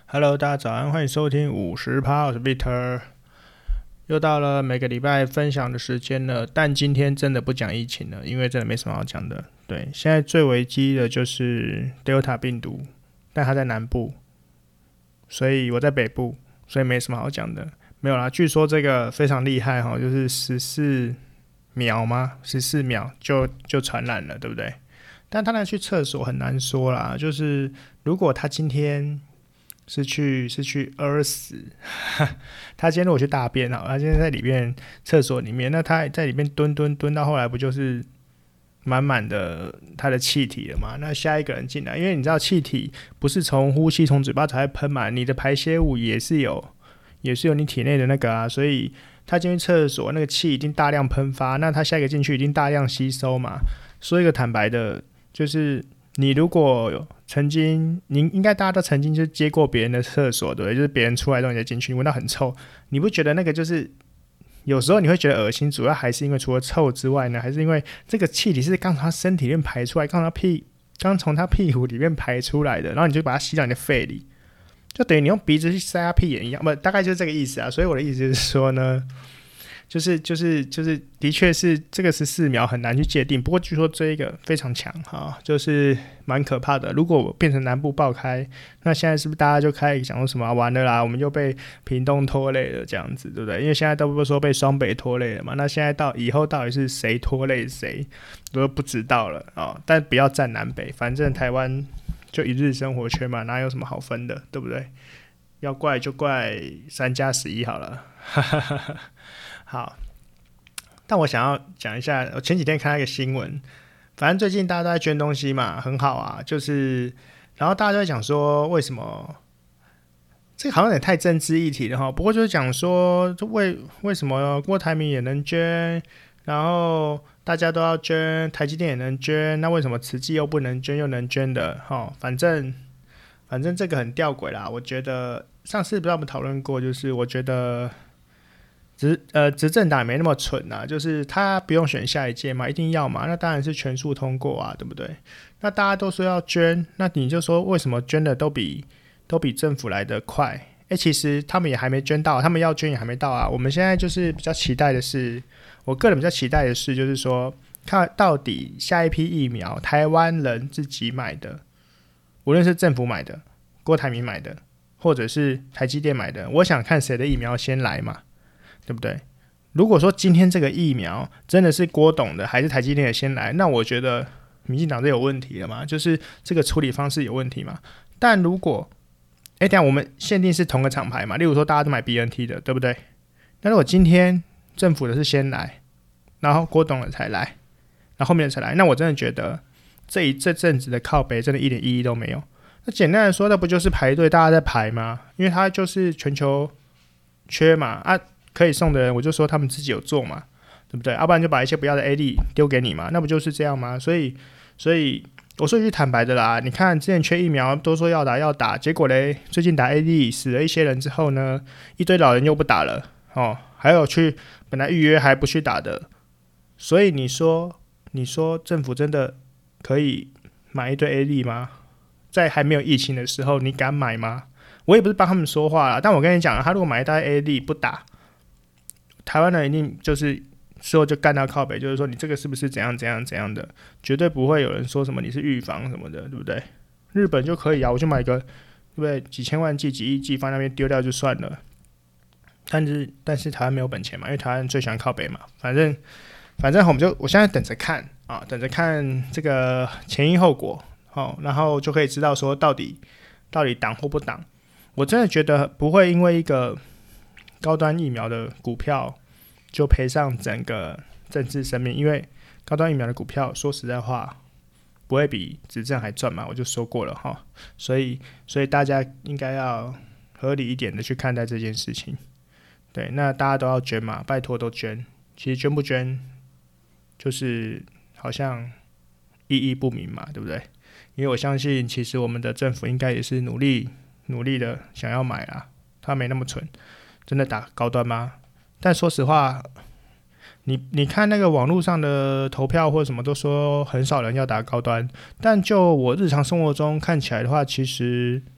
Hello，大家早安，欢迎收听50%，我是 Peter。又到了每个礼拜分享的时间了，但今天真的不讲疫情了，因为真的没什么好讲的。对，现在最危机的就是 Delta 病毒，但它在南部，所以我在北部，所以没什么好讲的。没有啦，据说这个非常厉害哈，就是14秒吗？14秒就传染了，对不对？但他去厕所很难说啦，就是如果他今天是去屙死，他今天如果去大便好，他今天在里面厕所里面，那他在里面蹲到后来不就是满满的他的气体了嘛？那下一个人进来，因为你知道气体不是从呼吸从嘴巴才会喷嘛，你的排泄物也是有你体内的那个啊，所以他进去厕所那个气一定大量喷发，那他下一个进去一定大量吸收嘛。说一个坦白的，就是你如果有曾经，你应该大家都曾经就接过别人的厕所，对不对？就是别人出来之后你再进去，你闻到很臭，你不觉得那个就是有时候你会觉得恶心，主要还是因为除了臭之外呢，还是因为这个气体是刚从他身体里面排出来，刚从他屁股里面排出来的，然后你就把它吸到你的肺里，就等于你用鼻子去塞他屁眼一样，不，大概就是这个意思啊。所以我的意思就是说呢。就是的确是这个14秒很难去界定，不过据说这一个非常强哈，就是蛮可怕的。如果变成南部爆开，那现在是不是大家就开始讲说什么完了啦，我们就被屏东拖累了这样子，对不对？因为现在都不是说被双北拖累了嘛，那现在以后到底是谁拖累谁，都不知道了啊。但不要站南北，反正台湾就一日生活圈嘛，哪有什么好分的，对不对？要怪就怪3+11好了，好，但我想要讲一下，我前几天看到一个新闻，反正最近大家都在捐东西嘛，很好啊，就是然后大家都在讲说为什么这个好像有点太政治议题了哈，不过就是讲说为什么郭台铭也能捐，然后大家都要捐，台积电也能捐，那为什么慈济又不能捐又能捐的哈？反正这个很吊诡啦，我觉得上次不知道我们讨论过，就是我觉得。执政党也没那么蠢啊，就是他不用选下一届嘛，一定要嘛，那当然是全数通过啊，对不对？那大家都说要捐，那你就说为什么捐的都比政府来得快？其实他们也还没捐到，他们要捐也还没到啊。我们现在就是比较期待的是，我个人比较期待的是，就是说看到底下一批疫苗台湾人自己买的，无论是政府买的、郭台铭买的，或者是台积电买的，我想看谁的疫苗先来嘛。对不对？如果说今天这个疫苗真的是郭董的，还是台积电的先来，那我觉得民进党是有问题了嘛，就是这个处理方式有问题嘛。但如果等一下我们限定是同个厂牌嘛，例如说大家都买 BNT 的，对不对？那如果今天政府的是先来，然后郭董的才来，然后后面的才来，那我真的觉得这阵子的靠北真的一点意义都没有。那简单的说，那不就是排队大家在排吗？因为它就是全球缺嘛啊。可以送的人，我就说他们自己有做嘛，对不对？要不然就把一些不要的 AD 丢给你嘛，那不就是这样吗？所以我说一句坦白的啦，你看之前缺疫苗都说要打，结果嘞，最近打 AD 死了一些人之后呢，一堆老人又不打了哦，还有本来预约还不去打的，所以你说政府真的可以买一堆 AD 吗？在还没有疫情的时候，你敢买吗？我也不是帮他们说话啦，但我跟你讲，他如果买一袋 AD 不打。台湾人一定就是事后就干到靠北，就是说你这个是不是怎样的，绝对不会有人说什么你是预防什么的，对不对？日本就可以啊，我就买个，对不对？几千万剂、几亿剂放那边丢掉就算了。但是台湾没有本钱嘛，因为台湾最喜欢靠北嘛。反正我现在等着看啊，等着看这个前因后果，然后就可以知道说到底挡或不挡。我真的觉得不会因为一个。高端疫苗的股票就赔上整个政治生命，因为高端疫苗的股票说实在话不会比执政还赚嘛，我就说过了哈，所以大家应该要合理一点的去看待这件事情。对，那大家都要捐嘛，拜托都捐。其实捐不捐就是好像意义不明嘛，对不对？因为我相信其实我们的政府应该也是努力的想要买啦，他没那么蠢。真的打高端吗？但说实话，你看那个网络上的投票或者什么都说很少人要打高端，但就我日常生活中看起来的话，其实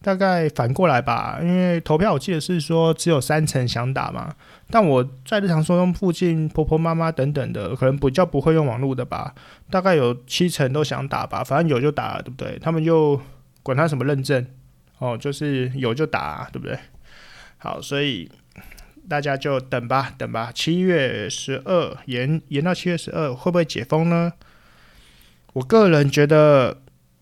大概反过来吧，因为投票我记得是说只有30%想打嘛，但我在日常生活中附近婆婆妈妈等等的，可能比较不会用网络的吧，大概有70%都想打吧，反正有就打了，对不对？他们就管他什么认证哦，就是有就打，对不对？好，所以大家就等吧，7月12延到7月12，会不会解封呢？我个人觉得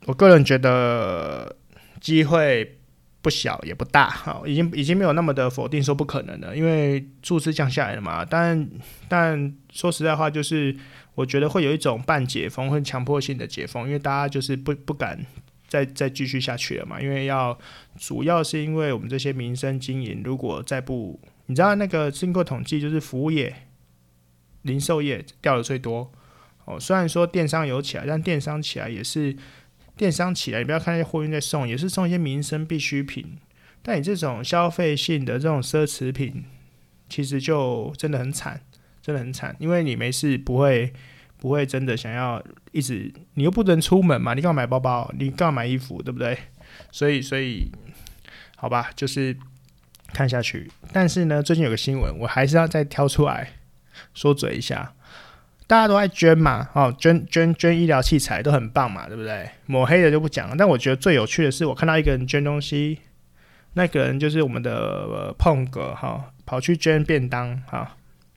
机会不小也不大，好，已经没有那么的否定说不可能了，因为数字降下来了嘛。但说实在话，就是我觉得会有一种半解封或强迫性的解封，因为大家就是不敢再继续下去了嘛。因为主要是因为我们这些民生经营，如果再不，你知道那个经过统计，就是服务业、零售业掉的最多。虽然说电商有起来，但电商起来也是。电商起来，你不要看那些货运在送，也是送一些民生必需品。但你这种消费性的这种奢侈品，其实就真的很惨，真的很惨。因为你没事不会真的想要一直，你又不能出门嘛，你干嘛买包包？你干嘛买衣服？对不对？所以好吧，就是看下去。但是呢，最近有个新闻，我还是要再挑出来说嘴一下。大家都爱捐嘛，捐医疗器材都很棒嘛，对不对？抹黑的就不讲了。但我觉得最有趣的是，我看到一个人捐东西，那个人就是我们的碰哥哈，跑去捐便当哈。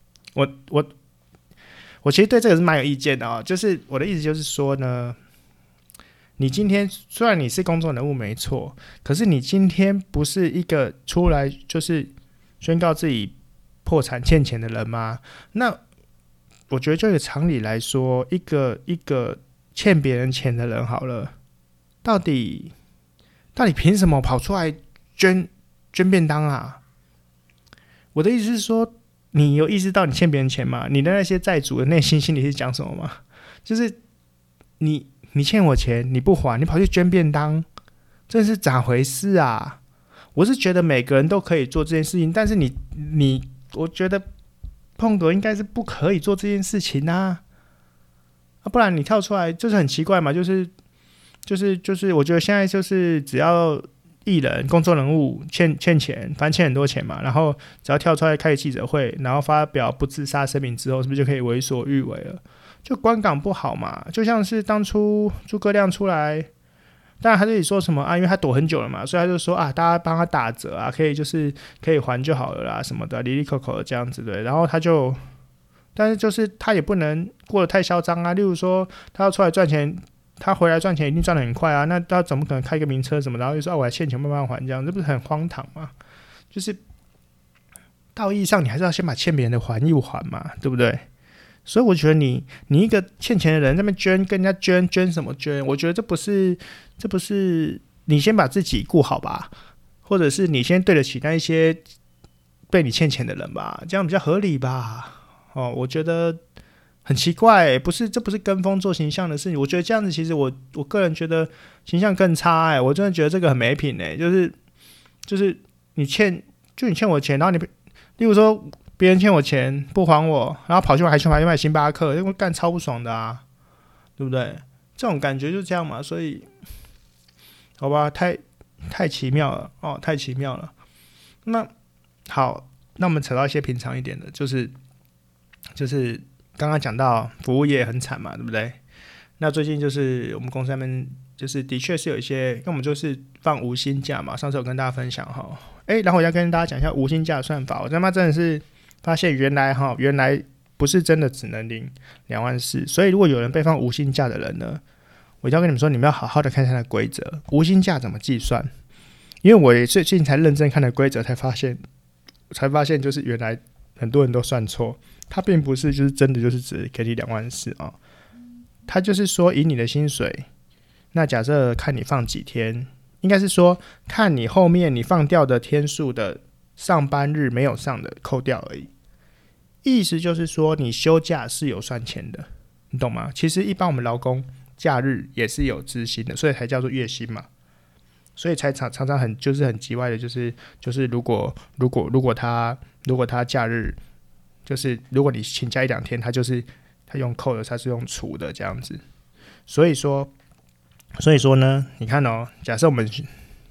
我其实对这个是蛮有意见的啊，就是我的意思就是说呢，你今天虽然你是公众人物没错，可是你今天不是一个出来就是宣告自己破产欠钱的人吗？那我觉得就有常理来说，一个欠别人钱的人好了，到底凭什么跑出来捐便当啊？我的意思是说，你有意识到你欠别人钱吗？你的那些债主的内心心里是讲什么吗？就是你欠我钱，你不还，你跑去捐便当，这是咋回事啊？我是觉得每个人都可以做这件事情，但是我觉得。碰哥应该是不可以做这件事情啊，不然你跳出来就是很奇怪嘛，就是，我觉得现在就是只要艺人、公众人物欠钱，反正欠很多钱嘛，然后只要跳出来开记者会，然后发表不自杀声明之后，是不是就可以为所欲为了？就观感不好嘛，就像是当初诸葛亮出来。当然他这里说什么啊？因为他躲很久了嘛，所以他就说啊，大家帮他打折啊，可以还就好了啦，什么的，里里口口的这样子对。然后但是就是他也不能过得太嚣张啊。例如说，他要出来赚钱，他回来赚钱一定赚得很快啊。那他怎么可能开个名车什么，然后就说啊，我还欠钱慢慢还这样，这不是很荒唐吗？就是道义上，你还是要先把欠别人的还一还嘛，对不对？所以我觉得你一个欠钱的人在那边捐，跟人家捐什么捐？我觉得这不是你先把自己顾好吧，或者是你先对得起那一些被你欠钱的人吧，这样比较合理吧？我觉得很奇怪，这不是跟风做形象的事情。我觉得这样子其实我个人觉得形象更差我真的觉得这个很没品就是你欠我钱，然后例如说。别人欠我钱不还我，然后跑去买星巴克，因为干超不爽的啊，对不对？这种感觉就这样嘛，所以好吧，太奇妙了太奇妙了。那好，那我们扯到一些平常一点的，就是刚刚讲到服务业很惨嘛，对不对？那最近就是我们公司那边就是的确是有一些，因为我们就是放无薪假嘛，上次有跟大家分享哈，然后我要跟大家讲一下无薪假的算法，我他妈真的是。发现原来不是真的只能领24000，所以如果有人被放无薪假的人呢，我一定要跟你们说，你们要好好的看一下它的规则，无薪假怎么计算？因为我最近才认真看的规则，才发现就是原来很多人都算错，它并不是就是真的就是只给你24000啊，它就是说以你的薪水，那假设看你放几天，应该是说看你后面你放掉的天数的上班日没有上的扣掉而已。意思就是说，你休假是有算钱的，你懂吗？其实一般我们劳工假日也是有支薪的，所以才叫做月薪嘛。所以才常常很叽歪的，就是如果他假日，就是如果你请假1-2天，他用扣的，他是用除的这样子。所以说呢，你看假设我们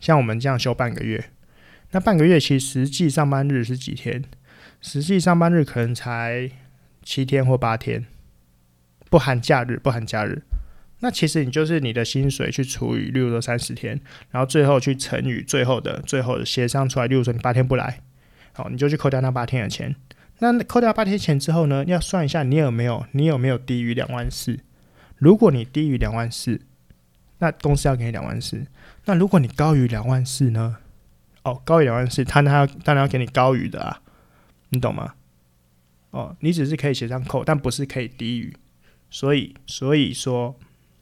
像我们这样休半个月，那半个月其实实际上班日是几天？实际上班日可能才7天或8天，不含假日。那其实你就是你的薪水去除以，例如说30天，然后最后去乘以最后的协商出来，例如说你8天不来，好，你就去扣掉那8天的钱。那扣掉8天钱之后呢，要算一下你有没有低于24000。如果你低于24000，那公司要给你24000。那如果你高于24000呢？高于24000，他当然要给你高于的啊，你懂吗？你只是可以协商扣，但不是可以低于。所以说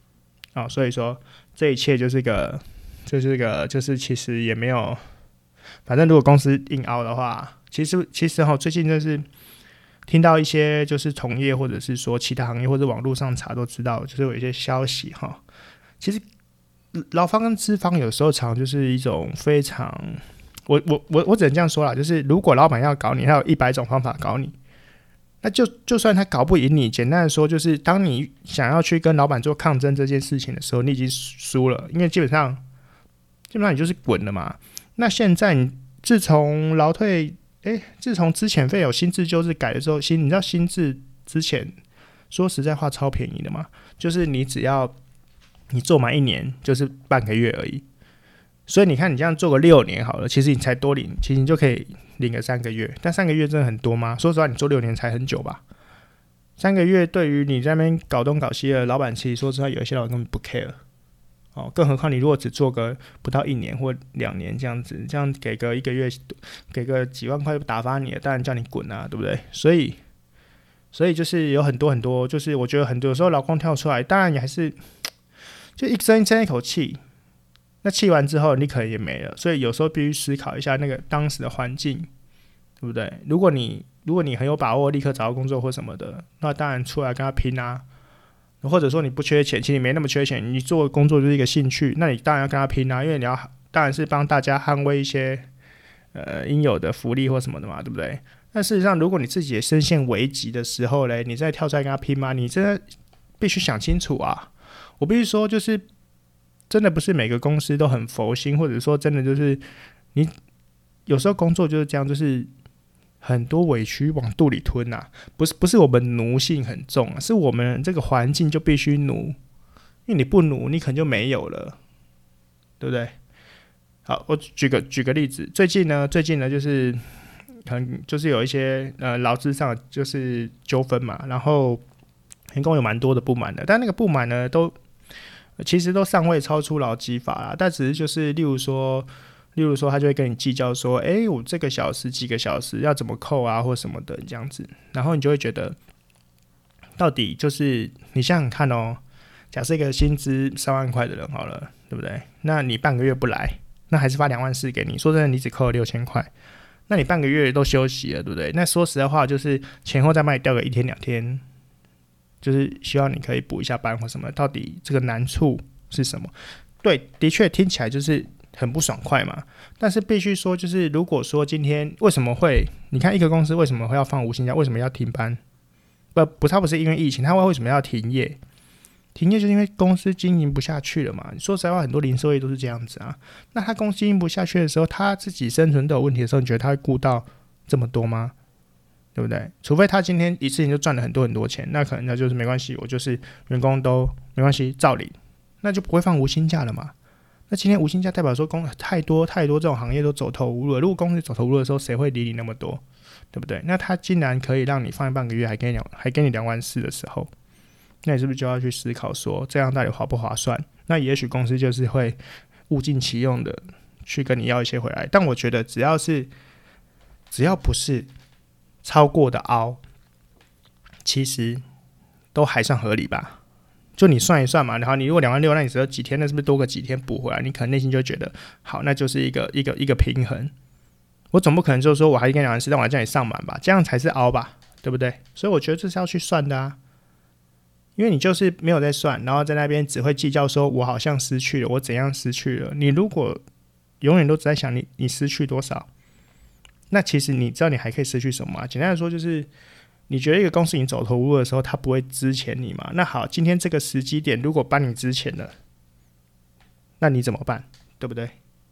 这一切就是其实也没有，反正如果公司硬凹的话，其实最近就是听到一些就是从业或者是说其他行业或者网络上查都知道，就是有一些消息其实劳方跟资方有时候常就是一种非常，我只能这样说啦，就是如果老板要搞你，他有100种方法搞你，那就算他搞不赢你，简单的说就是当你想要去跟老板做抗争这件事情的时候，你已经输了，因为基本上你就是滚了嘛。那现在你自从资遣费有新制旧制改的时候，你知道新制之前说实在话超便宜的嘛，就是你只要你做满1年就是半个月而已，所以你看你这样做个6年好了，其实你才多领，其实你就可以领个3个月，但3个月真的很多吗？说实话，你做6年才很久吧。3个月对于你在那边搞东搞西的老板，其实说实话，有一些老板根本不 care。更何况你如果只做个不到1年或2年这样子，这样给个1个月，给个几万块打发你了，当然叫你滚啊，对不对？所以就是有很多，就是我觉得很多时候劳工跳出来，当然你还是就一声一口气，那气完之后你可能也没了，所以有时候必须思考一下那个当时的环境，对不对？如果你很有把握立刻找到工作或什么的，那当然出来跟他拼啊。或者说你不缺钱，其实你没那么缺钱，你做工作就是一个兴趣，那你当然要跟他拼啊，因为你要当然是帮大家捍卫一些应有的福利或什么的嘛，对不对？但事实上，如果你自己也深陷危急的时候嘞，你再跳出来跟他拼吗？你真的必须想清楚啊！我必须说，就是真的不是每个公司都很佛心，或者说真的就是你有时候工作就是这样，就是很多委屈往肚里吞啊，不是我们奴性很重啊，是我们这个环境就必须奴，因为你不奴，你可能就没有了，对不对？好，我举个例子，最近呢，就是可能就是有一些劳资上就是纠纷嘛，然后员工有蛮多的不满的，但那个不满呢，其实都尚未超出劳基法啦，但只是就是例如说他就会跟你计较说，我这个小时几个小时要怎么扣啊，或什么的这样子，然后你就会觉得，到底就是你想想看哦，假设一个薪资3万块的人好了，对不对？那你半个月不来，那还是发24000给你，说真的，你只扣了6000块，那你半个月都休息了，对不对？那说实在话，就是前后再帮你调个1天2天，就是希望你可以补一下班或什么，到底这个难处是什么？对，的确听起来就是很不爽快嘛，但是必须说，就是如果说今天为什么会，你看一个公司为什么会要放无薪假，为什么要停班？它不是因为疫情，它为什么要停业？停业就是因为公司经营不下去了嘛。说实在话，很多零售业都是这样子啊。那他公司经营不下去的时候，他自己生存都有问题的时候，你觉得他会顾到这么多吗？对不对？除非他今天一次性就赚了很多很多钱，那可能他就是没关系，我就是员工都没关系，照领，那就不会放无薪假了嘛。那今天无薪假代表说太多这种行业都走投无路了。如果公司走投无路的时候，谁会理你那么多？对不对？那他竟然可以让你放半个月，还给你24000的时候，那你是不是就要去思考说，这样到底划不划算？那也许公司就是会物尽其用的去跟你要一些回来。但我觉得只要不是超过的凹，其实都还算合理吧。就你算一算嘛，然后你如果26000，那你只有几天，那是不是多个几天补回来？你可能内心就会觉得好，那就是一个平衡。我总不可能就是说我还跟24000，但我还叫你上满吧，这样才是凹吧，对不对？所以我觉得这是要去算的啊，因为你就是没有在算，然后在那边只会计较说我好像失去了，我怎样失去了。你如果永远都只在想你失去多少，那其实你知道你还可以失去什么吗？简单的说就是。你觉得一个公司已经走投无路的时候，他不会资遣你吗？那好，今天这个时机点如果帮你资遣了，那你怎么办？对不对？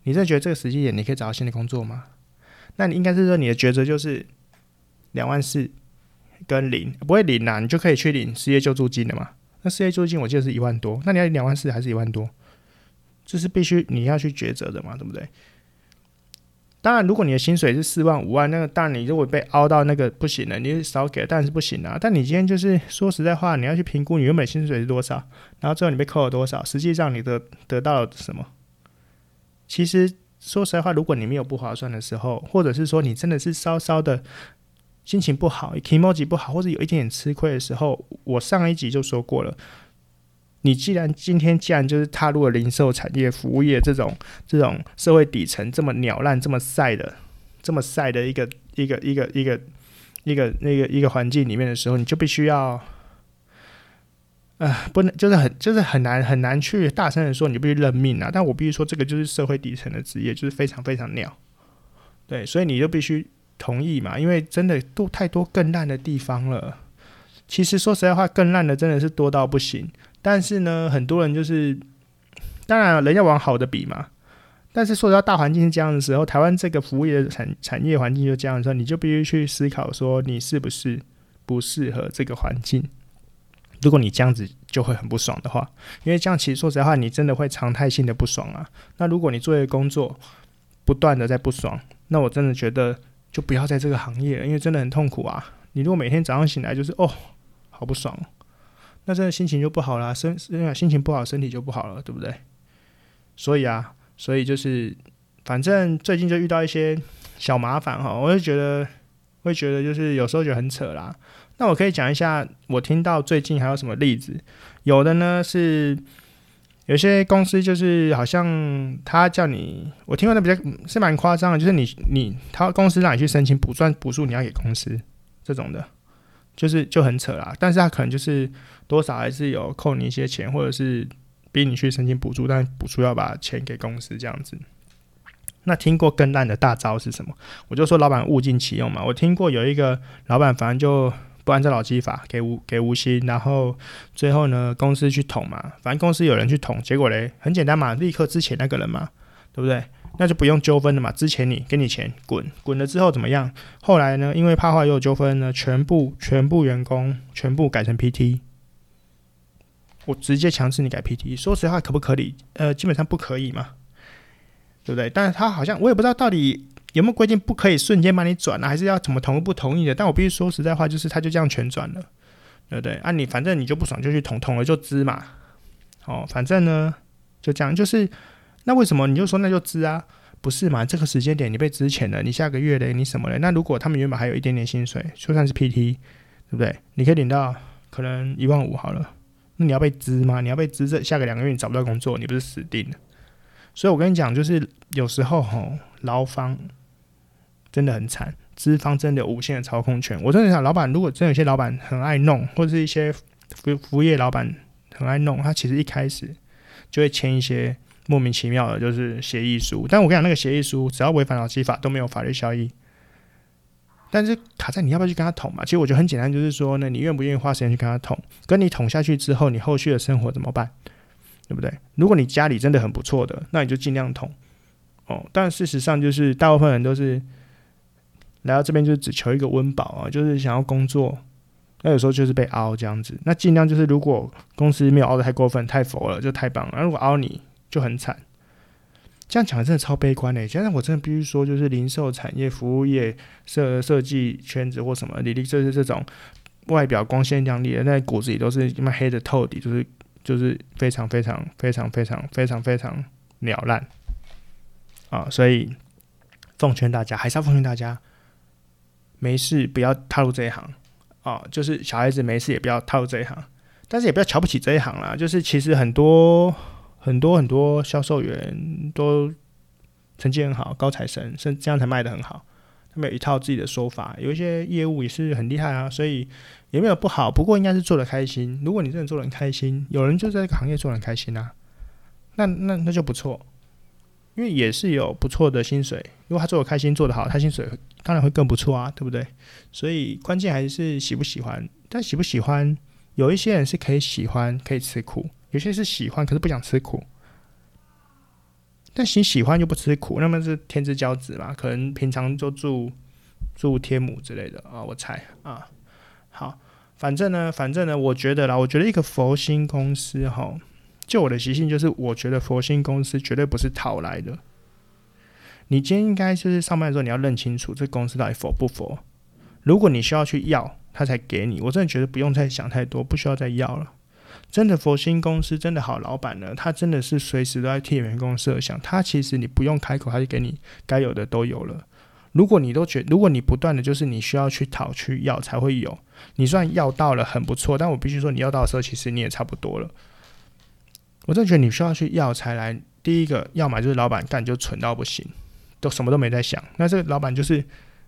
你真的觉得这个时机点你可以找到新的工作吗？那你应该是说你的抉择就是24000跟0，不会0啦，你就可以去领失业救助金了嘛。那失业救助金我记得是1万多，那你要领24000还是1万多？这是必须你要去抉择的嘛，对不对？当然，如果你的薪水是4万5万，那个当然你如果被凹到那个不行了，你少给当然是不行啊。但你今天就是说实在话，你要去评估你原本薪水是多少，然后最后你被扣了多少，实际上你得到了什么？其实说实在话，如果你没有不划算的时候，或者是说你真的是稍稍的心情不好 ，emoji 不好，或者有一点点吃亏的时候，我上一集就说过了。你今天就是踏入了零售产业、服务业这种社会底层这么鸟烂、这么晒的一个环境里面的时候，你就必须要，不能就是很难去大声的说你就必须认命啊。但我必须说，这个就是社会底层的职业，就是非常非常鸟，对，所以你就必须同意嘛，因为真的都太多更烂的地方了。其实说实在话，更烂的真的是多到不行。但是呢，很多人就是，当然人要往好的比嘛。但是说实话，大环境是这样的时候，台湾这个服务业的产业环境就这样的时候，你就必须去思考说，你是不是不适合这个环境。如果你这样子就会很不爽的话，因为这样其实说实在话，你真的会常态性的不爽啊。那如果你做一个工作不断的在不爽，那我真的觉得就不要在这个行业了，因为真的很痛苦啊。你如果每天早上醒来就是好不爽，那真的心情就不好啦，心情不好，身体就不好了，对不对？所以就是反正最近就遇到一些小麻烦哈，我会觉得就是有时候觉得很扯啦。那我可以讲一下我听到最近还有什么例子。有的呢是有些公司就是好像他叫你，我听过的比较是蛮夸张的，就是他公司让你去申请补助，你要给公司这种的。就很扯啦，但是他可能就是多少还是有扣你一些钱，或者是逼你去申请补助，但补助要把钱给公司这样子。那听过更烂的大招是什么？我就说老板物尽其用嘛。我听过有一个老板反正就不按照劳基法给无薪，然后最后呢公司去捅嘛，反正公司有人去捅，结果嘞很简单嘛，立刻之前那个人嘛，对不对？那就不用纠纷了嘛，之前你给你钱滚了之后怎么样？后来呢，因为怕话又有纠纷呢，全部员工全部改成 PT， 我直接强制你改 PT。说实话，可不可以？基本上不可以嘛，对不对？但是他好像我也不知道到底有没有规定不可以瞬间把你转了，还是要怎么同意不同意的？但我必须说实在话，就是他就这样全转了，对不对？啊，你反正你就不爽就去捅了就知嘛，反正呢就这样，就是。那为什么你就说那就支啊？不是嘛？这个时间点你被支钱了，你下个月嘞，你什么嘞？那如果他们原本还有一点点薪水，就算是 PT， 对不对？你可以领到可能1万5好了，那你要被支吗？你要被支，这下个2个月你找不到工作，你不是死定了？所以我跟你讲，就是有时候劳方真的很惨，资方真的有无限的操控权。我真的想，老板如果真的有些老板很爱弄，或者是一些服务业老板很爱弄，他其实一开始就会签一些莫名其妙的就是协议书，但我跟你讲，那个协议书只要违反劳基法都没有法律效益，但是卡在你要不要去跟他捅嘛？其实我觉得很简单，就是说呢，你愿不愿意花时间去跟他捅？跟你捅下去之后，你后续的生活怎么办？对不对？如果你家里真的很不错的，那你就尽量捅但事实上就是大部分人都是来到这边就是只求一个温饱啊，就是想要工作，那有时候就是被凹这样子。那尽量就是如果公司没有凹得太过分、太佛了，就太棒了。那如果凹你，就很惨。这样讲的真的超悲观的。现在我真的必须说，就是零售产业、服务业、设计圈子或什么，这种外表光鲜亮丽的，在骨子里都是黑的透底，就是非常非常非常非常非常非常鸟烂啊！所以奉劝大家，还是要奉劝大家，没事不要踏入这一行啊！就是小孩子没事也不要踏入这一行，但是也不要瞧不起这一行啦。就是其实很多销售员都成绩很好，高材生，甚至这样才卖得很好。他们有一套自己的说法，有一些业务也是很厉害啊，所以也没有不好。不过应该是做得开心。如果你真的做得很开心，有人就在这个行业做得很开心啊，那就不错，因为也是有不错的薪水。如果他做得开心，做得好，他薪水当然会更不错啊，对不对？所以关键还是喜不喜欢。但喜不喜欢，有一些人是可以喜欢，可以吃苦。有些是喜欢，可是不想吃苦。 但你喜欢又不吃苦，那么是天之骄子嘛？可能平常就住天母之类的啊，我猜啊。好，反正呢，我觉得一个佛心公司哈，就我的习性就是，我觉得佛心公司绝对不是讨来的。你今天应该就是上班的时候，你要认清楚这公司到底佛不佛。如果你需要去要，他才给你。我真的觉得不用再想太多，不需要再要了。真的佛心公司，真的好老板呢，他真的是随时都在替员工设想。他其实你不用开口，他就给你该有的都有了。如果你不断的就是你需要去讨去要才会有，你虽然要到了很不错，但我必须说你要到的时候，其实你也差不多了。我真的觉得你需要去要才来。第一个，要么就是老板干就蠢到不行，都什么都没在想。那这个老板就是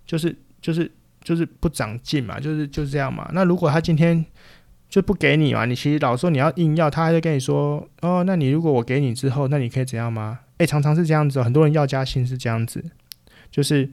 不长进嘛，就是这样嘛。那如果他今天就不给你嘛，你其实老说你要硬要，他还在跟你说哦，那你如果我给你之后，那你可以怎样吗？常常是这样子很多人要加薪是这样子，就是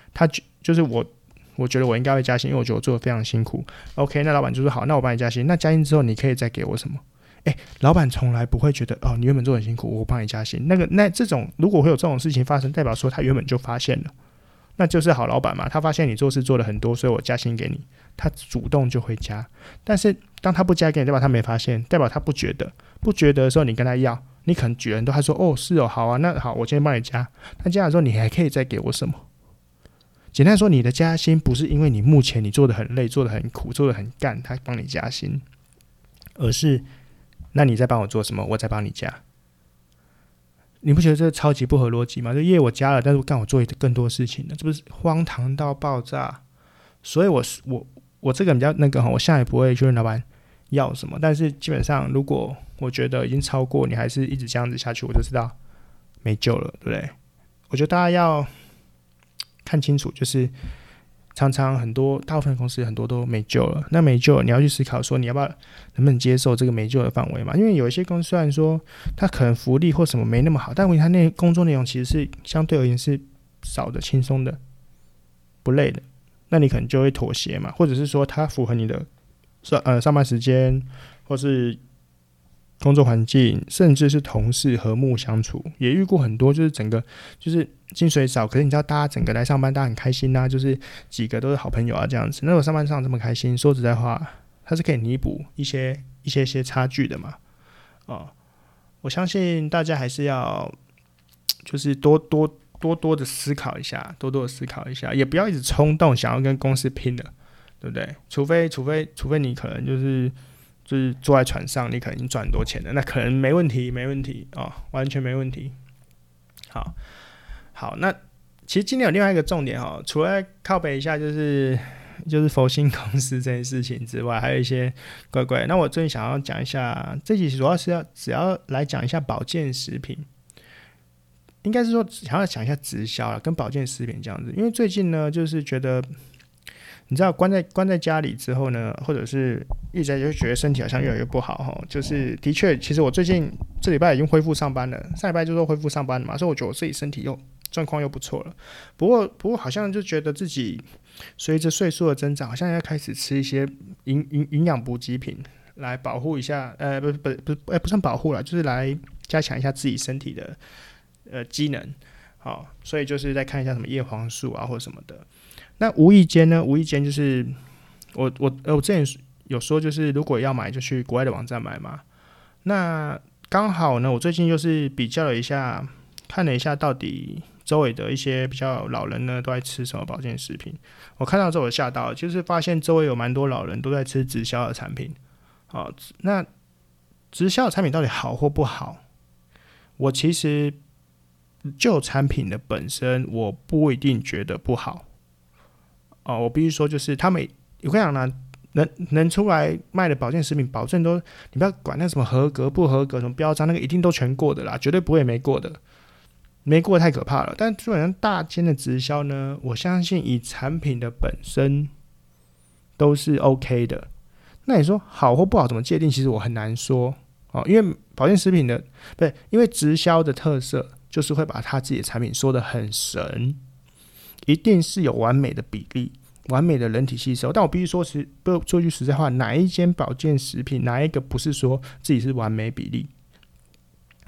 我觉得我应该会加薪，因为我觉得我做的非常辛苦。OK， 那老板就说好，那我帮你加薪。那加薪之后，你可以再给我什么？老板从来不会觉得哦，你原本做得很辛苦，我帮你加薪。那这种如果会有这种事情发生，代表说他原本就发现了，那就是好老板嘛。他发现你做事做了很多，所以我加薪给你，他主动就会加。但是当他不加给你，代表他没发现，代表他不觉得的时候，你跟他要，你可能举人都还说哦是哦好啊，那好，我今天帮你加。那加的时候，你还可以再给我什么？简单说，你的加薪不是因为你目前你做的很累、做的很苦、做的很干，他帮你加薪，而是那你再帮我做什么，我再帮你加。你不觉得这超级不合逻辑吗？就业我加了，但是我干我做更多事情了，这不是荒唐到爆炸？所以我这个比较那个，我现在也不会去问老板要什么，但是基本上如果我觉得已经超过，你还是一直这样子下去，我就知道没救了，对不对？我觉得大家要看清楚，就是常常大部分公司很多都没救了。那没救了，你要去思考说你要不要能不能接受这个没救的范围嘛？因为有一些公司虽然说它可能福利或什么没那么好，但问题它工作内容其实是相对而言是少的、轻松的、不累的，那你可能就会妥协嘛，或者是说它符合你的上班时间，或是工作环境，甚至是同事和睦相处，也遇过很多，就是整个就是薪水少，可是你知道大家整个来上班，大家很开心啊，就是几个都是好朋友啊这样子。那我上班上这么开心，说实在话，它是可以弥补一些差距的嘛。我相信大家还是要就是多的思考一下，也不要一直冲动想要跟公司拼了，对不对？除非你可能就是坐在船上，你可能已经赚很多钱了，那可能没问题完全没问题。好，那其实今天有另外一个重点除了靠北一下就是佛心公司这件事情之外，还有一些怪怪。那我最近想要讲一下，这集主要是只要来讲一下保健食品，应该是说想要讲一下直销啦，跟保健食品这样子。因为最近呢，就是觉得你知道关在家里之后呢，或者是一直就觉得身体好像越来越不好就是的确，其实我最近这礼拜已经恢复上班了，上礼拜就说恢复上班了嘛，所以我觉得我自己身体状况又不错了。不过好像就觉得自己随着岁数的增长，好像要开始吃一些营养补给品来保护一下，不算保护啦，就是来加强一下自己身体的机能。所以就是在看一下什么叶黄素啊或者什么的。那无意间就是我之前有说，就是如果要买就去国外的网站买嘛。那刚好呢，我最近就是比较了一下，看了一下到底周围的一些比较老人呢都在吃什么保健食品。我看到之后我吓到了，就是发现周围有蛮多老人都在吃直销的产品。那直销的产品到底好或不好？我其实就产品的本身，我不一定觉得不好。我必须说，就是他们，我跟你讲呢，能出来卖的保健食品，保证都，你不要管那什么合格不合格，什么标章，那个一定都全过的啦，绝对不会没过的，没过太可怕了。但基本上大间的直销呢，我相信以产品的本身都是 OK 的。那你说好或不好怎么界定？其实我很难说因为保健食品的不是，因为直销的特色就是会把他自己的产品说得很神。一定是有完美的比例，完美的人体吸收。但我必须说，说句实在话，哪一间保健食品，哪一个不是说自己是完美比例？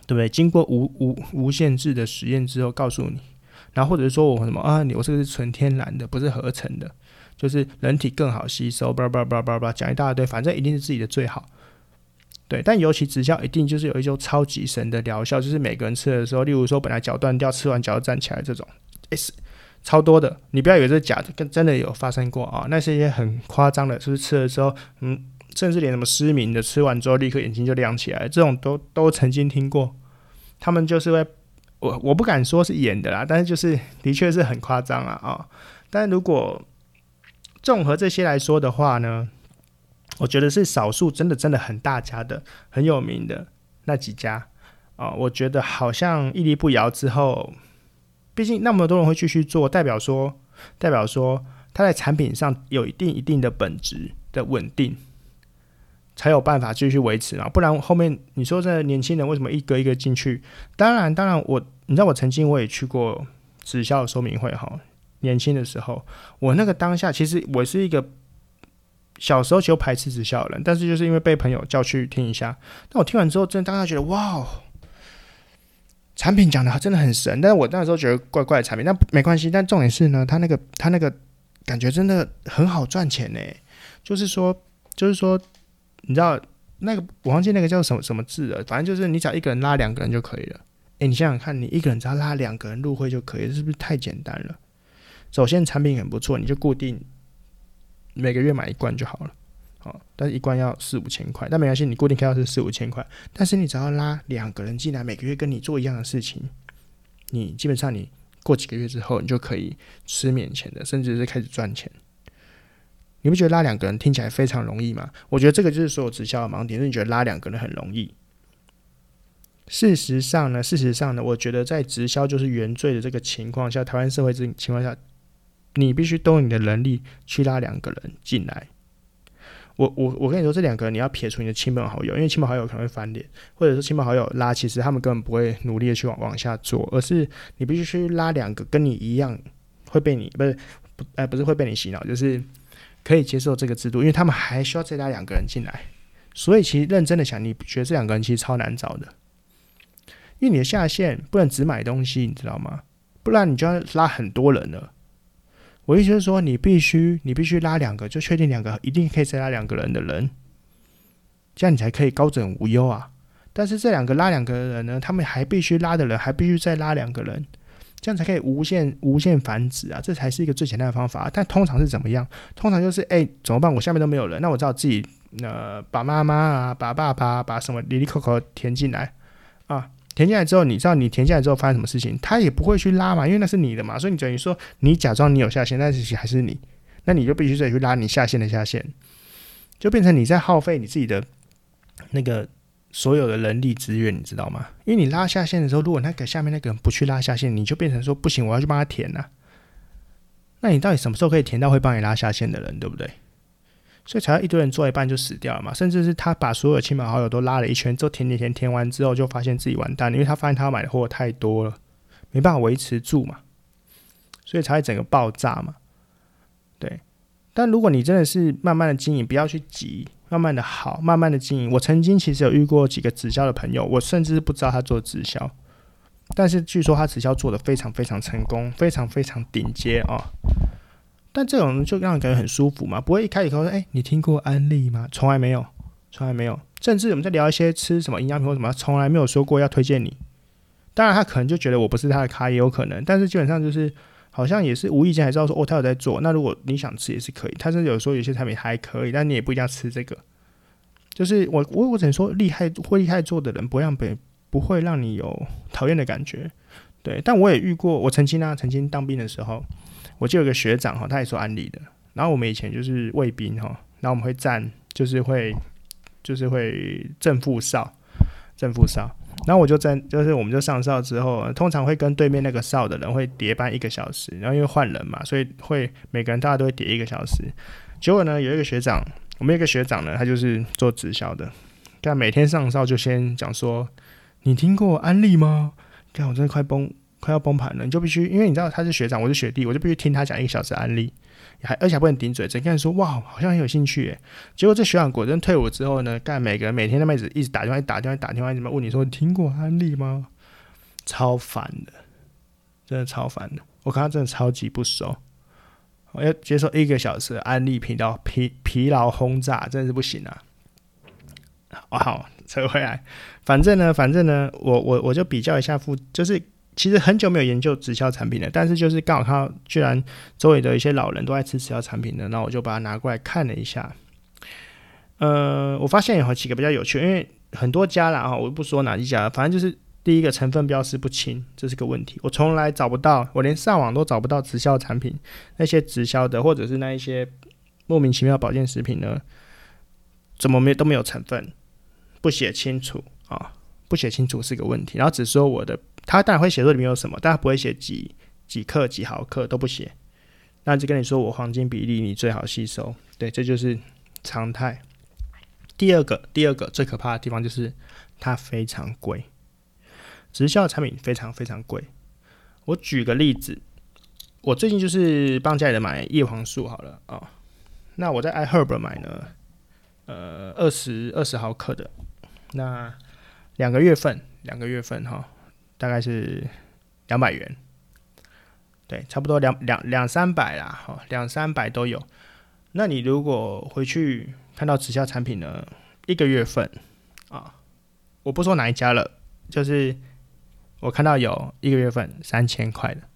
对不对？经过无限制的实验之后告诉你，然后或者是说我什么啊，我这个是纯天然的，不是合成的，就是人体更好吸收，叭叭叭叭叭，讲一大堆，反正一定是自己的最好。对，但尤其直销一定就是有一种超级神的疗效，就是每个人吃的时候，例如说本来脚断掉，吃完脚站起来这种，超多的。你不要以为这是假的，跟真的有发生过啊。那是一些很夸张的，就是吃的时候，甚至连什么失明的，吃完之后立刻眼睛就亮起来，这种都曾经听过。他们就是会，我不敢说是演的啦，但是就是的确是很夸张啊。但如果综合这些来说的话呢？我觉得是少数真的很大家的很有名的那几家我觉得好像屹立不摇之后，毕竟那么多人会继续做，代表说它在产品上有一定的本质的稳定，才有办法继续维持嘛。不然后面你说这年轻人为什么一个一个进去？当然你知道我曾经也去过直销的说明会哈，年轻的时候，我那个当下其实我是一个。小时候就排斥直销的人，但是就是因为被朋友叫去听一下，但我听完之后，真的当下觉得哇，产品讲的真的很神，但是我那时候觉得怪怪的产品，但没关系。但重点是呢，他那个感觉真的很好赚钱呢。就是说，你知道那个我忘记那个叫什么字了，反正就是你只要一个人拉2个人就可以了。你想想看，你一个人只要拉2个人入会就可以了，是不是太简单了？首先产品很不错，你就固定。每个月买1罐就好了，但是1罐要4-5千块，但没关系，你固定开到是4-5千块，但是你只要拉2个人进来，每个月跟你做一样的事情，你基本上你过几个月之后，你就可以吃免钱的，甚至是开始赚钱。你不觉得拉2个人听起来非常容易吗？我觉得这个就是所有直销的盲点，就是你觉得拉2个人很容易。事实上呢，我觉得在直销就是原罪的这个情况下，台湾社会这种情况下。你必须动你的能力去拉2个人进来。我跟你说，这2个人你要撇除你的亲朋好友，因为亲朋好友可能会翻脸，或者是亲朋好友拉，其实他们根本不会努力的去往下做，而是你必须去拉2个跟你一样会被你不是会被你洗脑，就是可以接受这个制度，因为他们还需要再拉2个人进来。所以其实认真的想，你觉得这2个人其实超难找的，因为你的下线不能只买东西，你知道吗？不然你就要拉很多人了。我意思是说，你必须拉2个，就确定2个一定可以再拉2个人的人，这样你才可以高枕无忧啊。但是这2个拉2个人呢，他们还必须拉的人还必须再拉2个人，这样才可以无限繁殖啊，这才是一个最简单的方法。但通常是怎么样？通常就是怎么办？我下面都没有人，那我只好自己把妈妈啊，把爸爸，把什么里里口口填进来啊。填进来之后，你知道你填进来之后发生什么事情，他也不会去拉嘛，因为那是你的嘛，所以你等于说你假装你有下线，但是还是你，那你就必须自己去拉你下线的下线，就变成你在耗费你自己的那个所有的人力资源，你知道吗？因为你拉下线的时候，如果那个下面那个人不去拉下线，你就变成说不行，我要去帮他填啊。那你到底什么时候可以填到会帮你拉下线的人，对不对？所以才会一堆人做一半就死掉了嘛，甚至是他把所有亲朋好友都拉了一圈之后填完之后就发现自己完蛋了，因为他发现他买的货太多了，没办法维持住嘛，所以才会整个爆炸嘛。对，但如果你真的是慢慢的经营，不要去急，慢慢的好，慢慢的经营。我曾经其实有遇过几个直销的朋友，我甚至不知道他做直销，但是据说他直销做的非常非常成功，非常非常顶尖但这种就让人感觉很舒服嘛，不会一开始说你听过安利吗？从来没有。甚至我们在聊一些吃什么营养品或什么，从来没有说过要推荐你。当然他可能就觉得我不是他的咖，也有可能，但是基本上就是好像也是无意间还知道说他有在做，那如果你想吃也是可以。他甚至有说有些产品还可以，但你也不一定要吃这个。就是我只能说厉害做的人不会让你有讨厌的感觉。对，但我也遇过，我曾经当兵的时候，我就有个学长他也说安利的，然后我们以前就是卫兵然后我们会站，就是会正副哨，然后我我们就上哨之后，通常会跟对面那个哨的人会叠班1个小时，然后因为换人嘛，所以会每个人大家都会叠1个小时。结果呢，我们有一个学长呢，他就是做直销的，但每天上哨就先讲说，你听过安利吗？看我真的快快要崩盘了，你就必须，因为你知道他是学长，我是学弟，我就必须听他讲1个小时的案例，而且还不能顶嘴，整个人说哇，好像很有兴趣耶。结果这学长果真退伍之后呢，每个人每天他们一直打电话，一直问你说你听过案例吗？超烦的，真的超烦的，我看他真的超级不熟。我要接受1个小时的案例频道疲劳轰炸，真的是不行啊！好，扯回来，反正呢，我就比较一下就是其实很久没有研究直销产品了，但是就是刚好看到，居然周围的一些老人都在吃直销产品的，那我就把它拿过来看了一下。我发现有几个比较有趣，因为很多家啦，我不说哪一家，反正就是第一个成分标示不清，这是个问题。我从来找不到，我连上网都找不到直销产品，那些直销的或者是那一些莫名其妙保健食品呢，怎么都没有成分，不写清楚啊，不写清楚是个问题。然后只说我的，他当然会写说里面有什么，但他不会写几克几毫克都不写，那就跟你说我黄金比例你最好吸收，对，这就是常态。第二个最可怕的地方就是它非常贵。直销的产品非常非常贵。我举个例子，我最近就是帮家里人买叶黄素好了啊、那我在 iHerb 买呢，20毫克的，那2个月份哈，大概是200元，对，差不多200-300啦，200-300都有。那你如果回去看到直销产品呢，1个月份啊，我不说哪一家了，就是我看到有1个月份3000块的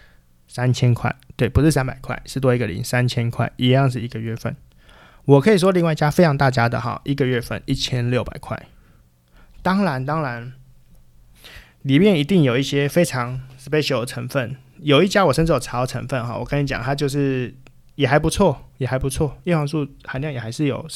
，3000块，对，不是300块，是多一个零，3000块，一样是1个月份。我可以说另外一家非常大家的哈，1个月份1600块。当然，里面一定有一些非常 special 的成分。有一家我甚至有查到成分哈，我跟你讲，它就是也还不错，叶黄素含量也还是有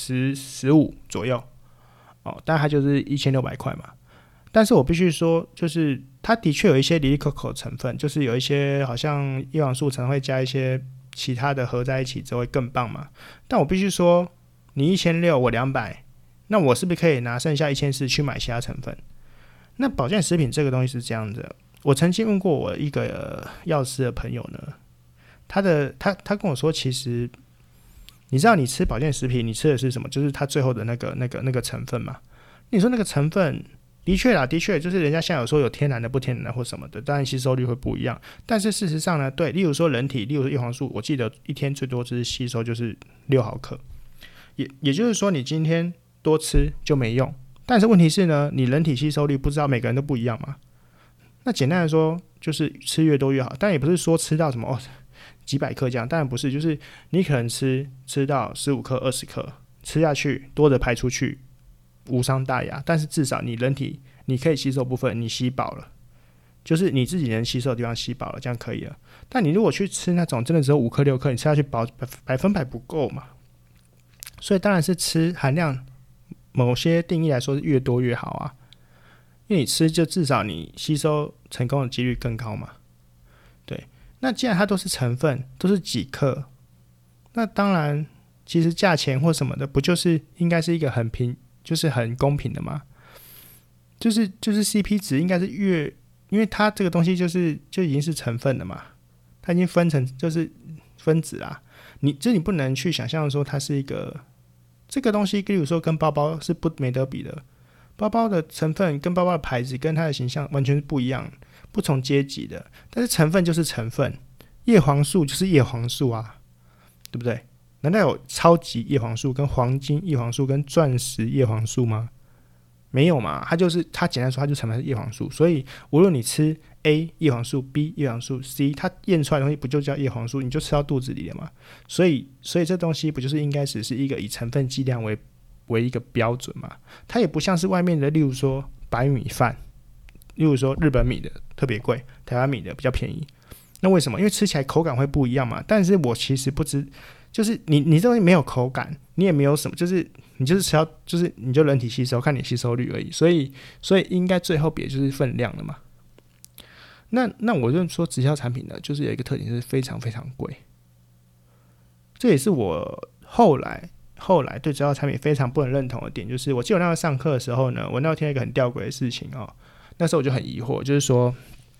15左右哦，但它就是1600块嘛。但是我必须说，就是它的确有一些里里口口成分，就是有一些好像叶黄素常会加一些其他的合在一起之后会更棒嘛。但我必须说，你1600，我200，那我是不是可以拿剩下1400去买其他成分？那保健食品这个东西是这样的，我曾经问过我一个药师的朋友呢，他跟我说，其实你知道你吃保健食品，你吃的是什么？就是它最后的那个成分嘛。你说那个成分。的确，就是人家现在有说有天然的、不天然的或什么的，当然吸收率会不一样。但是事实上呢，对，例如说人体，例如说叶黄素，我记得一天最多就是吸收就是6毫克，也就是说你今天多吃就没用。但是问题是呢，你人体吸收率不知道每个人都不一样嘛。那简单的说，就是吃越多越好，但也不是说吃到什么几百克这样，当然不是，就是你可能吃到15克、20克，吃下去多的排出去。无伤大雅，但是至少你人体你可以吸收部分，你吸饱了，就是你自己能吸收的地方吸饱了，这样可以了。但你如果去吃那种真的只有5克6克，你吃下去100%不够嘛。所以当然是吃含量，某些定义来说是越多越好啊，因为你吃就至少你吸收成功的几率更高嘛。对，那既然它都是成分，都是几克，那当然其实价钱或什么的，不就是应该是一个就是很公平的嘛，就是 CP 值应该是因为它这个东西就已经是成分了嘛，它已经分成就是分子啦，你不能去想象说它是一个这个东西，例如说跟包包是没得比的，包包的成分跟包包的牌子跟它的形象完全是不一样，不同阶级的，但是成分就是成分，叶黄素就是叶黄素啊，对不对？难道有超级叶黄素跟黄金叶黄素跟钻石叶黄素吗？没有嘛，它简单说它就成分是叶黄素，所以无论你吃 A 叶黄素 B 叶黄素 C， 它验出来的东西不就叫叶黄素，你就吃到肚子里了嘛。所以这东西不就是应该只是一个以成分剂量为一个标准嘛？它也不像是外面的，例如说白米饭，例如说日本米的特别贵，台湾米的比较便宜。那为什么？因为吃起来口感会不一样嘛。但是我其实不知。就是你这东西没有口感，你也没有什么，就是你就是吃到，就是你就人体吸收，看你吸收率而已。所以应该最后比的就是分量了嘛。那我就说直销产品呢，就是有一个特点，就是非常非常贵。这也是我后来对直销产品非常不能认同的点，就是我记得我那时候上课的时候呢，我那时候听到一个很吊诡的事情哦，那时候我就很疑惑，就是说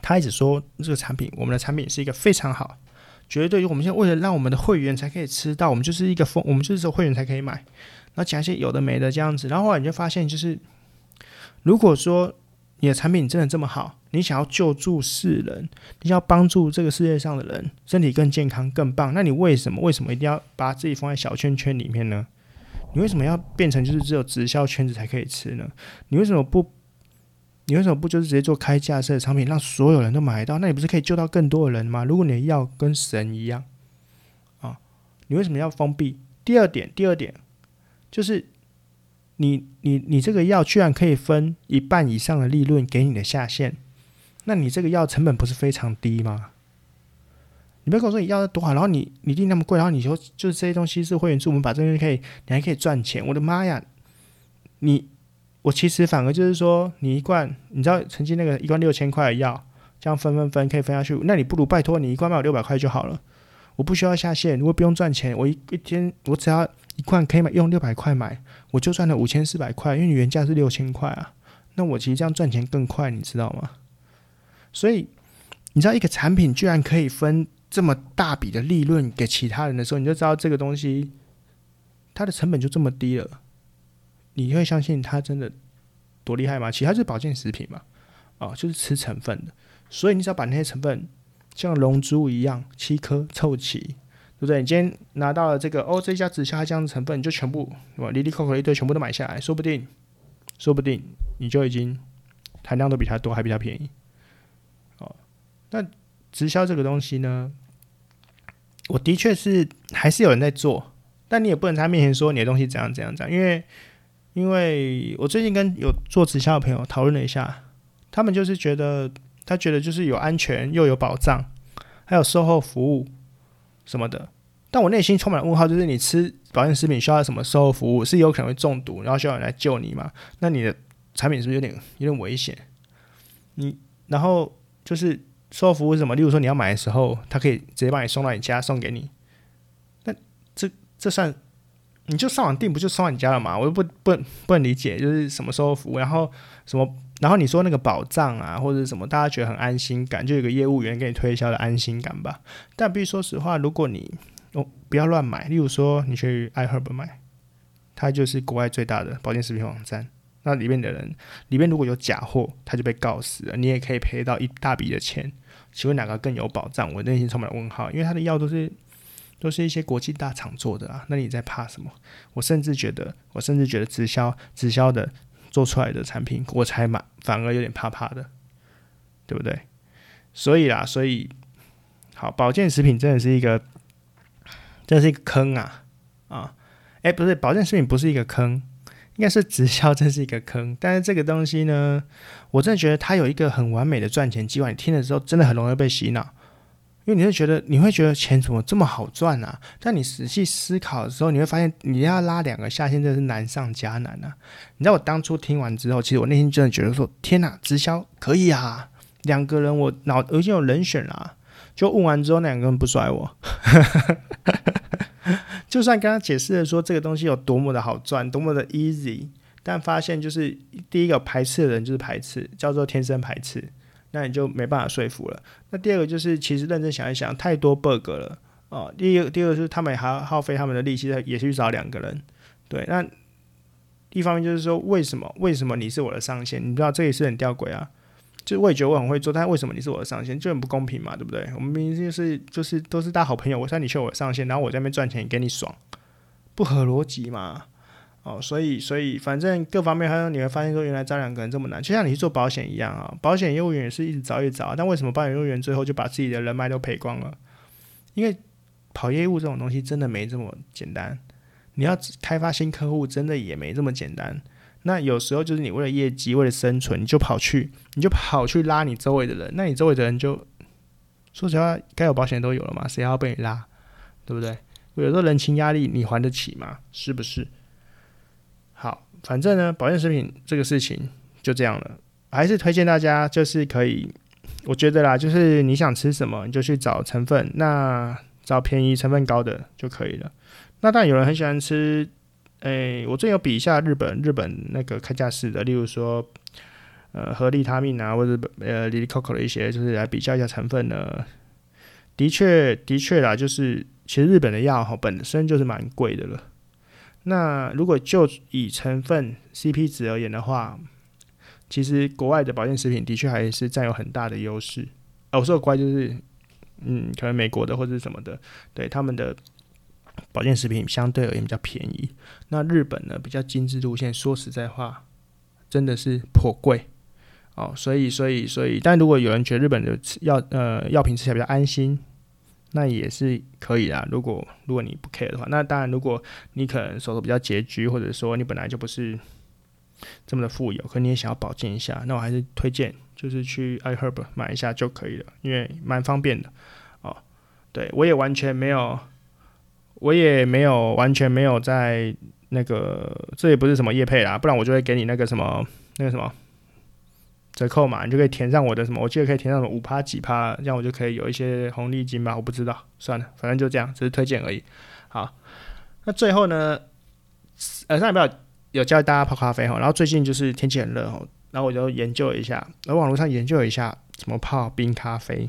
他一直说这个产品，我们的产品是一个非常好，绝对我们现在为了让我们的会员才可以吃到，我们就是我们就是只有会员才可以买，然后讲一些有的没的这样子，然后后来你就发现，就是如果说你的产品真的这么好，你想要救助世人，你想要帮助这个世界上的人身体更健康更棒，那你为什么一定要把自己放在小圈圈里面呢？你为什么要变成就是只有直销圈子才可以吃呢？你为什么不就是直接做开架式的产品，让所有人都买到？那你不是可以救到更多的人吗？如果你的药跟神一样啊，你为什么要封闭？第二点就是你这个药居然可以分一半以上的利润给你的下线，那你这个药成本不是非常低吗？你不要跟我说你药多好，然后你定那么贵，然后你说就是这些东西是会员制，我们把这些你还可以赚钱。我的妈呀！我其实反而就是说，你一罐，你知道曾经那个一罐6000块的药，这样分可以分下去，那你不如拜托你一罐卖我600块就好了，我不需要下线，我不用赚钱，我一天我只要一罐可以用600块买，我就赚了5400块，因为你原价是6000块啊，那我其实这样赚钱更快，你知道吗？所以你知道一个产品居然可以分这么大笔的利润给其他人的时候，你就知道这个东西它的成本就这么低了，你会相信它真的多厉害吗？其实它就是保健食品嘛，就是吃成分的，所以你只要把那些成分像龙珠一样7颗凑齐，对不对？你今天拿到了这个这一家直销它这样的成分，你就全部里里扣扣一堆全部都买下来，说不定你就已经含量都比它多，还比它便宜。那直销这个东西呢，我的确是还是有人在做，但你也不能在他面前说你的东西怎样怎样怎样，因为我最近跟有做直销的朋友讨论了一下，他们就是觉得就是有安全又有保障，还有售后服务什么的。但我内心充满了问号，就是你吃保健食品需要什么售后服务？是有可能会中毒，然后需要人来救你吗？那你的产品是不是有点危险？然后就是售后服务是什么？例如说你要买的时候，他可以直接帮你送到你家，送给你。那这算你就上网订不就送到你家了吗？我就不能理解，就是什么售后服务，然后你说那个保障啊，或者什么，大家觉得很安心感，就有个业务员给你推销的安心感吧。但必须说实话，如果你不要乱买，例如说你去 iHerb 买，它就是国外最大的保健食品网站。那里面如果有假货，他就被告死了，你也可以赔到一大笔的钱。请问哪个更有保障？我内心充满了问号，因为他的药都是一些国际大厂做的啊，那你在怕什么？我甚至觉得直销的做出来的产品，我才反而有点怕怕的，对不对？所以好，保健食品真的是一个坑啊！不是，保健食品不是一个坑。应该是直销真是一个坑，但是这个东西呢，我真的觉得它有一个很完美的赚钱计划，你听了之后真的很容易被洗脑，因为你会觉得钱怎么这么好赚啊？但你仔细思考的时候，你会发现你要拉2个下线真的是难上加难啊！你知道我当初听完之后，其实我内心真的觉得说，天哪，直销可以啊，2个人我已经有人选啦，就问完之后那2个人不甩我。就算刚刚解释了说这个东西有多么的好赚，多么的 easy， 但发现就是第一个排斥的人就是排斥，叫做天生排斥，那你就没办法说服了。那第二个就是其实认真想一想，太多 bug 了第二个是他们还要耗费他们的力气也去找2个人，对。那一方面就是说为什么你是我的上线？你知道这也是很吊诡啊。就我也觉得我很会做，但为什么你是我的上线，就很不公平嘛，对不对？我们明明就是都是大好朋友，我说你去我的上线，然后我在那边赚钱给你爽，不合逻辑嘛。所以反正各方面还有你会发现说，原来招2个人这么难，就像你去做保险一样啊，保险业务员也是一直找，但为什么保险业务员最后就把自己的人脉都赔光了？因为跑业务这种东西真的没这么简单，你要开发新客户真的也没这么简单。那有时候就是你为了业绩，为了生存，你就跑去拉你周围的人，那你周围的人就说实话，该有保险都有了嘛，谁要被你拉，对不对？有时候人情压力你还得起吗？是不是？好，反正呢，保健食品这个事情就这样了，还是推荐大家就是可以，我觉得啦，就是你想吃什么你就去找成分，那找便宜成分高的就可以了。那当然有人很喜欢吃。我最近有比一下日本那个开架式的，例如说合利他命啊，或者利利 coco 的一些，就是来比较一下成分呢，的确啦，就是其实日本的药本身就是蛮贵的了。那如果就以成分 CP 值而言的话，其实国外的保健食品的确还是占有很大的优势。我说的国外就是可能美国的或者什么的，对他们的保健食品相对而言比较便宜。那日本呢比较精致路线，说实在话，真的是颇贵所以，但如果有人觉得日本的药品吃起来比较安心，那也是可以啦。如果你不 care 的话，那当然，如果你可能手头比较拮据，或者说你本来就不是这么的富有，可你也想要保健一下，那我还是推荐就是去 iHerb 买一下就可以了，因为蛮方便的对，我也完全没有在那个，这也不是什么业配啦，不然我就会给你那个什么折扣嘛，你就可以填上我的什么，我记得可以填上什么5%几%，这样我就可以有一些红利金吧，我不知道，算了，反正就这样，只是推荐而已。好，那最后呢，上礼拜有教大家泡咖啡然后最近就是天气很热然后我就研究了一下，然后网络上研究了一下怎么泡冰咖啡。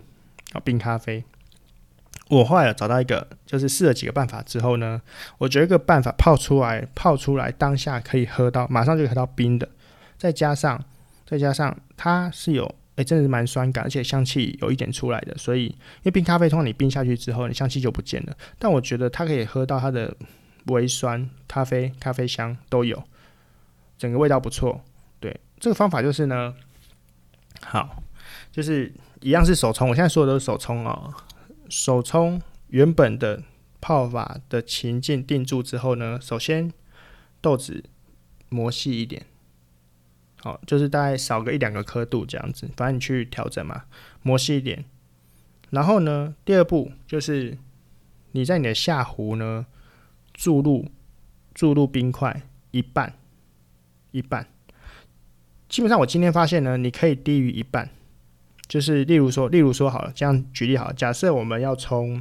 我后来有找到一个，就是试了几个办法之后呢，我觉得一个办法泡出来当下可以喝到，马上就可以喝到冰的，再加上它是有真的是蛮酸感，而且香气有一点出来的，所以因为冰咖啡通常你冰下去之后，你香气就不见了，但我觉得它可以喝到它的微酸、咖啡香都有，整个味道不错。对，这个方法就是呢，好，就是一样是手冲，我现在说的都是手冲手冲原本的泡法的情境定住之后呢，首先豆子磨细一点，就是大概少个1-2个刻度这样子，反正你去调整嘛，磨细一点。然后呢，第二步就是你在你的下壶呢注入冰块一半，基本上我今天发现呢，你可以低于一半。就是例如说好了，这样举例好了，假设我们要冲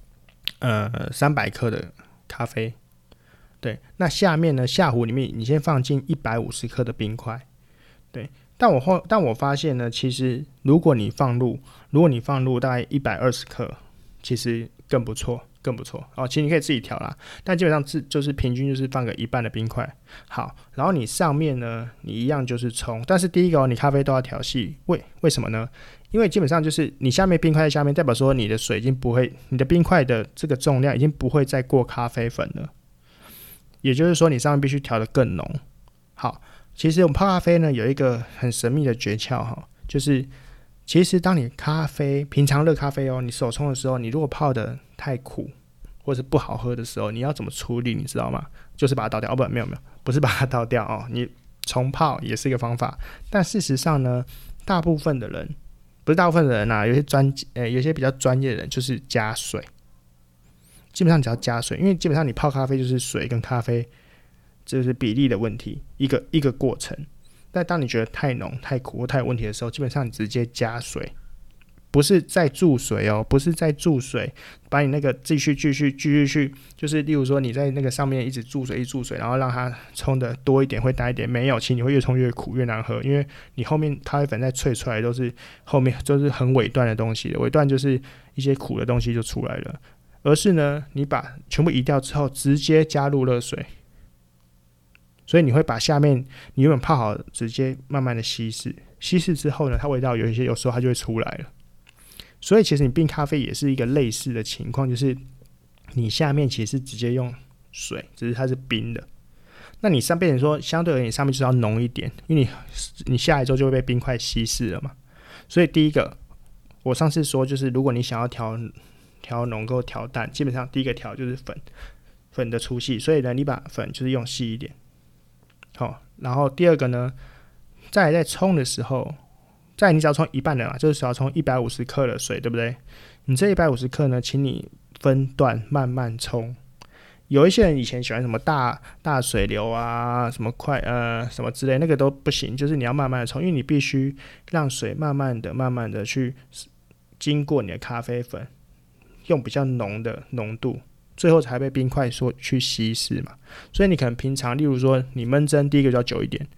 300克的咖啡，对，那下面呢下壶里面你先放进150克的冰块，对，但我发现呢，其实如果你放入大概120克，其实更不错其实你可以自己调啦，但基本上就是平均就是放个一半的冰块。好，然后你上面呢，你一样就是冲，但是第一个你咖啡都要调细，为什么呢？因为基本上就是你下面冰块在下面，代表说你的水已经不会，你的冰块的这个重量已经不会再过咖啡粉了，也就是说你上面必须调得更浓。好，其实我们泡咖啡呢有一个很神秘的诀窍就是其实当你平常热咖啡你手冲的时候，你如果泡的太苦或是不好喝的时候，你要怎么处理你知道吗？就是把它倒掉。没有，不是把它倒掉你重泡也是一个方法。但事实上呢，大部分的人不是大部分的人有些比较专业的人就是加水。基本上只要加水，因为基本上你泡咖啡就是水跟咖啡就是比例的问题，一个过程。但当你觉得太浓、太苦或太有问题的时候，基本上你直接加水，不是再注水把你那个继续去，就是例如说你在那个上面一直注水，然后让它冲的多一点会淡一点，没有，其实你会越冲越苦越难喝，因为你后面咖啡粉再萃出来都是后面就是很尾段的东西，尾段就是一些苦的东西就出来了。而是呢，你把全部移掉之后，直接加入热水。所以你会把下面你原本泡好直接慢慢的稀释之后呢，它味道有时候它就会出来了。所以其实你冰咖啡也是一个类似的情况，就是你下面其实是直接用水，只是它是冰的。那你变成说相对而言上面就是要浓一点，因为你下来之后就会被冰块稀释了嘛。所以第一个我上次说就是如果你想要调浓跟调淡，基本上第一个调就是粉的粗细，所以呢你把粉就是用细一点。然后第二个呢，在冲的时候，你只要冲一半的嘛，就是只要冲150克的水，对不对？你这150克呢，请你分段慢慢冲。有一些人以前喜欢什么大水流啊，什么什么之类，那个都不行，就是你要慢慢的冲，因为你必须让水慢慢的去经过你的咖啡粉，用比较浓的浓度。最后才被冰块去稀释嘛，所以你可能平常，例如说你焖蒸，第一个就要久一点，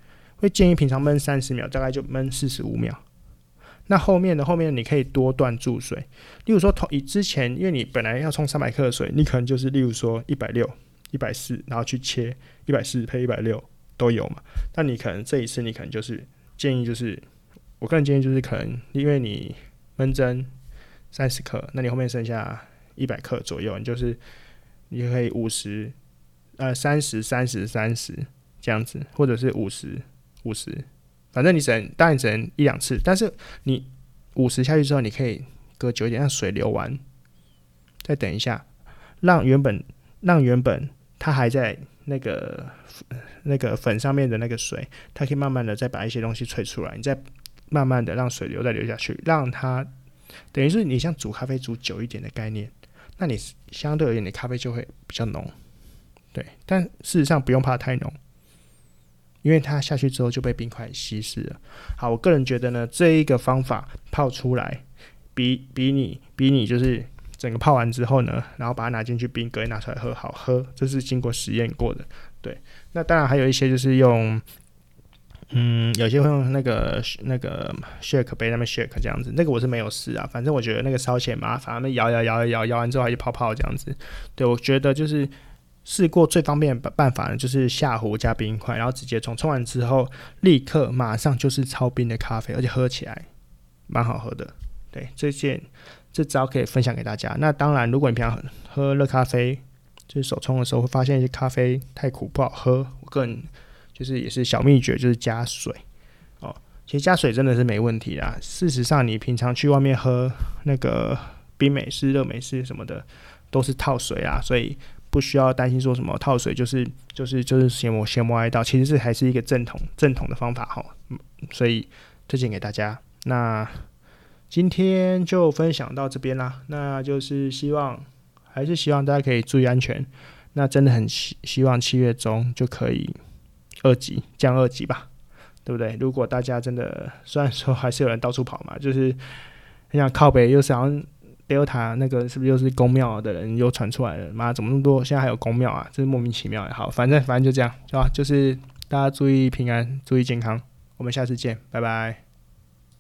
会建议平常焖30秒，大概就焖45秒。那后面你可以多段注水，例如说以之前，因为你本来要冲300克的水，你可能就是例如说160、140，然后去切140配160都有嘛。但你可能这一次你可能就是建议就是我个人建议就是可能因为你焖蒸30克，那你后面剩下100克左右，你可以30这样子，或者是50，反正当然只能1-2次，但是你50下去之后，你可以隔久一点，让水流完，再等一下，让原本它还在那个粉上面的那个水，它可以慢慢的再把一些东西萃出来，你再慢慢的让水流再流下去，让它等于是你像煮咖啡煮久一点的概念，那你相对而言你咖啡就会比较浓，对，但事实上不用怕太浓。因为它下去之后就被冰块稀释了。好，我个人觉得呢，这一个方法泡出来，比你就是整个泡完之后呢，然后把它拿进去冰，隔天拿出来喝好喝，这是经过实验过的。对，那当然还有一些就是用，有些会用那个 shake 杯那边 shake 这样子，那个我是没有试啊，反正我觉得那个稍显麻烦，他们摇完之后还就泡这样子。对，我觉得就是试过最方便的办法呢，就是下壶加冰块，然后直接冲完之后，立刻马上就是超冰的咖啡，而且喝起来蛮好喝的。对，这招可以分享给大家。那当然，如果你平常喝热咖啡，就是手冲的时候会发现一些咖啡太苦不好喝，我个人就是也是小秘诀，就是加水哦。其实加水真的是没问题啦。事实上，你平常去外面喝那个冰美式、热美式什么的，都是套水啦，所以不需要担心说什么套水就是邪魔歪道，其实是还是一个正统的方法哈，所以推荐给大家。那今天就分享到这边啦，那就是还是希望大家可以注意安全。那真的很希望7月中就可以降2级吧，对不对？如果大家真的虽然说还是有人到处跑嘛，就是很想靠北，又是好像Delta 那个是不是又是公庙的人又传出来了？妈，怎么那么多？现在还有公庙啊，真是莫名其妙。好，反正就这样，是吧？就是大家注意平安，注意健康，我们下次见，拜拜。